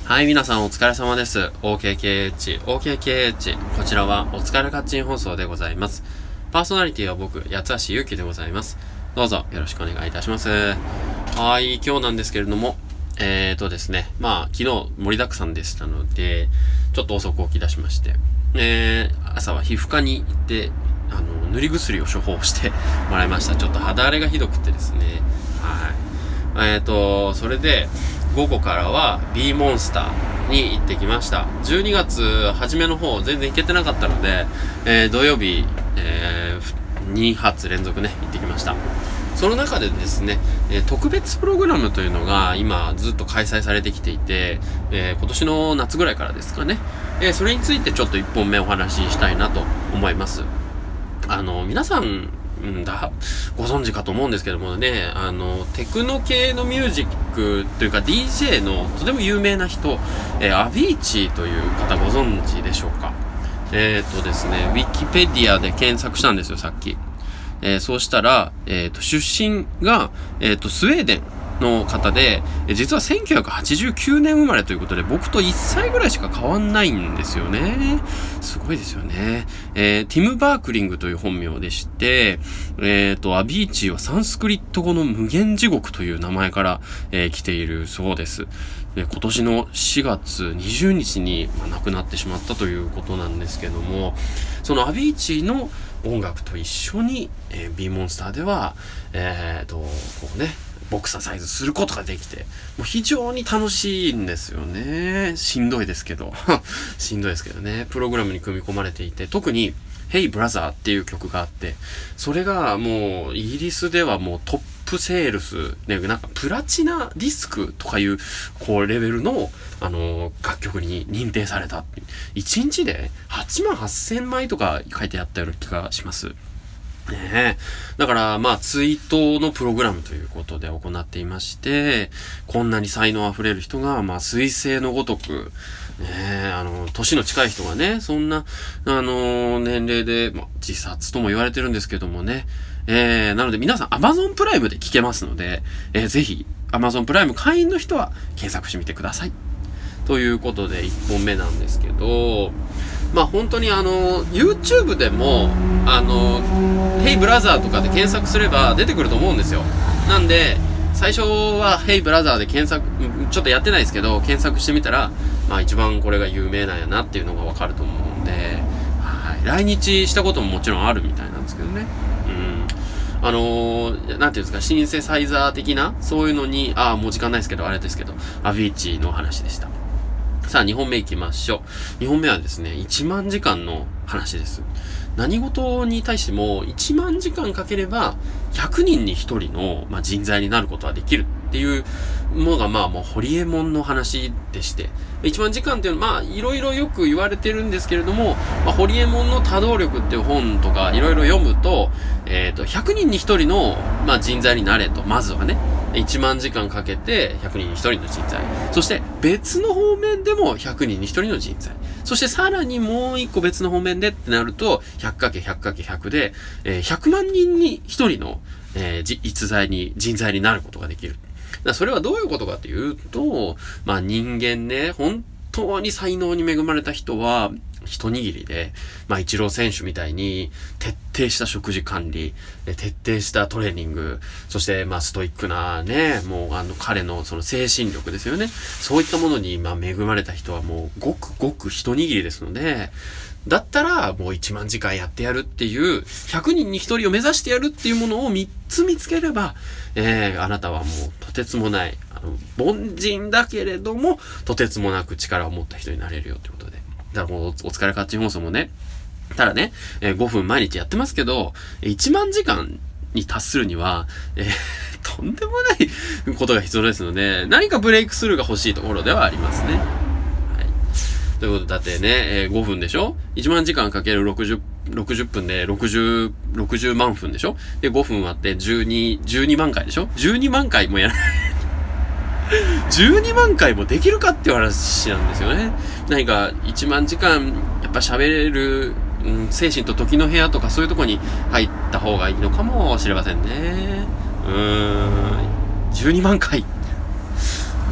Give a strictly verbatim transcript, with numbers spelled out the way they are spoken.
はい、皆さんお疲れ様です。オーケーケーエイチ、オーケーケーエイチ。こちらはお疲れカッチン放送でございます。パーソナリティは僕、八橋ゆうきでございます。どうぞよろしくお願いいたします。はい、今日なんですけれども、えーとですね、まあ、昨日盛りだくさんでしたので、ちょっと遅く起き出しまして、えー、朝は皮膚科に行って、あの、塗り薬を処方してもらいました。ちょっと肌荒れがひどくてですね、はい。えーと、それで、午後からは B モンスターに行ってきました。じゅうにがつ初めの方全然行けてなかったので、えー、土曜日、えー、にはつ連続ね行ってきました。その中でですね、えー、特別プログラムというのが今ずっと開催されてきていて、えー、今年の夏ぐらいからですかね、えー、それについてちょっといっぽんめお話ししたいなと思います。あの皆さんんだご存知かと思うんですけどもね、あのテクノ系のミュージックというか ディージェー のとても有名な人、えー、アビーチという方ご存知でしょうか。えっとですね、ウィキペディアで検索したんですよ、さっき。えー、そうしたら、えっと、出身が、えっと、スウェーデンの方で、え実はせんきゅうひゃくはちじゅうきゅうねん生まれということで、僕といっさいぐらいしか変わんないんですよね。すごいですよね。えー、ティム・バークリングという本名でして、えっと、アビーチーはサンスクリット語の無限地獄という名前から、えー、来ているそうです。で、今年のしがつにじゅうにちに、まあ、亡くなってしまったということなんですけども、そのアビーチーの音楽と一緒に、えー、B モンスターでは、えっと、こうね、ボクササイズすることができて、もう非常に楽しいんですよね。しんどいですけど。しんどいですけどね。プログラムに組み込まれていて、特に Hey Brother っていう曲があって、それがもうイギリスではもうトップセールス、ね、なんかプラチナディスクとかいう、こうレベルの、あのー、楽曲に認定された。いちにちではちまんはっせんまいとか書いてあったような気がします。ねえ。だから、まあ、ツイートのプログラムということで行っていまして、こんなに才能あふれる人が、まあ、彗星のごとく、ねえ、あの、年の近い人がね、そんな、あの、年齢で、まあ、自殺とも言われてるんですけどもね。えー、なので皆さん Amazon プライムで聞けますので、えー、ぜひ、Amazon プライム会員の人は検索してみてください。ということで、いっぽんめなんですけど、まあ本当にあの YouTube でもあの Hey Brother とかで検索すれば出てくると思うんですよ。なんで最初は Hey Brother で検索、ちょっとやってないですけど検索してみたら、まあ一番これが有名なんやなっていうのがわかると思うんで、はい、来日したことももちろんあるみたいなんですけどね。うん、あのー、なんていうんですか、シンセサイザー的なそういうのに、ああもう時間ないですけどあれですけど、アビーチの話でした。さあ、にほんめ行きましょう。にほんめはですね、いちまんじかんの話です。何事に対してもいちまんじかんかければひゃくにんにひとりの、まあ、人材になることができるっていうものが、まあ、もうホリエモンの話でして、いちまんじかんっていうのは、まあ、いろいろよく言われてるんですけれども、まあ、ホリエモンの多動力っていう本とかいろいろ読むと、えっと、ひゃくにんにひとりの、まあ、人材になれと、まずはね。いちまんじかんかけてひゃくにんにひとりの人材。そして別の方面でもひゃくにんにひとりの人材。そしてさらにもう一個別の方面でってなると ひゃくかけるひゃくかけるひゃく で、えー、ひゃくまんにんにひとりの、えー、逸材に、人材になることができる。だからそれはどういうことかというと、まあ人間ね、本当に才能に恵まれた人は、一握りで、まあ、イチロー選手みたいに、徹底した食事管理、徹底したトレーニング、そして、まあ、ストイックなね、もう、あの、彼のその精神力ですよね。そういったものに、まあ、恵まれた人はもう、ごくごく一握りですので、だったら、もういちまんじかんやってやるっていう、ひゃくにんにひとりを目指してやるっていうものをみっつ見つければ、えー、あなたはもう、とてつもない、あの、凡人だけれども、とてつもなく力を持った人になれるよということで。だからもうお疲れカッチン放送もね、ただね、えー、ごふん毎日やってますけど、いちまんじかんに達するには、えー、とんでもないことが必要ですので、何かブレイクスルーが欲しいところではありますね。はい。ということで、だってね、えー、ごふんでしょ ?いちまんじかんかけるろくじゅう、ろくじゅっぷんでろくじゅう、ろくじゅうまんふんでしょで、ごふん割ってじゅうに、じゅうにまんかいでしょ ?じゅうにまんかいもやらない。じゅうにまんかいもできるかっていう話なんですよね。何かいちまんじかんやっぱ喋れる、うん、精神と時の部屋とかそういうとこに入った方がいいのかもしれませんね。うーん、じゅうにまんかい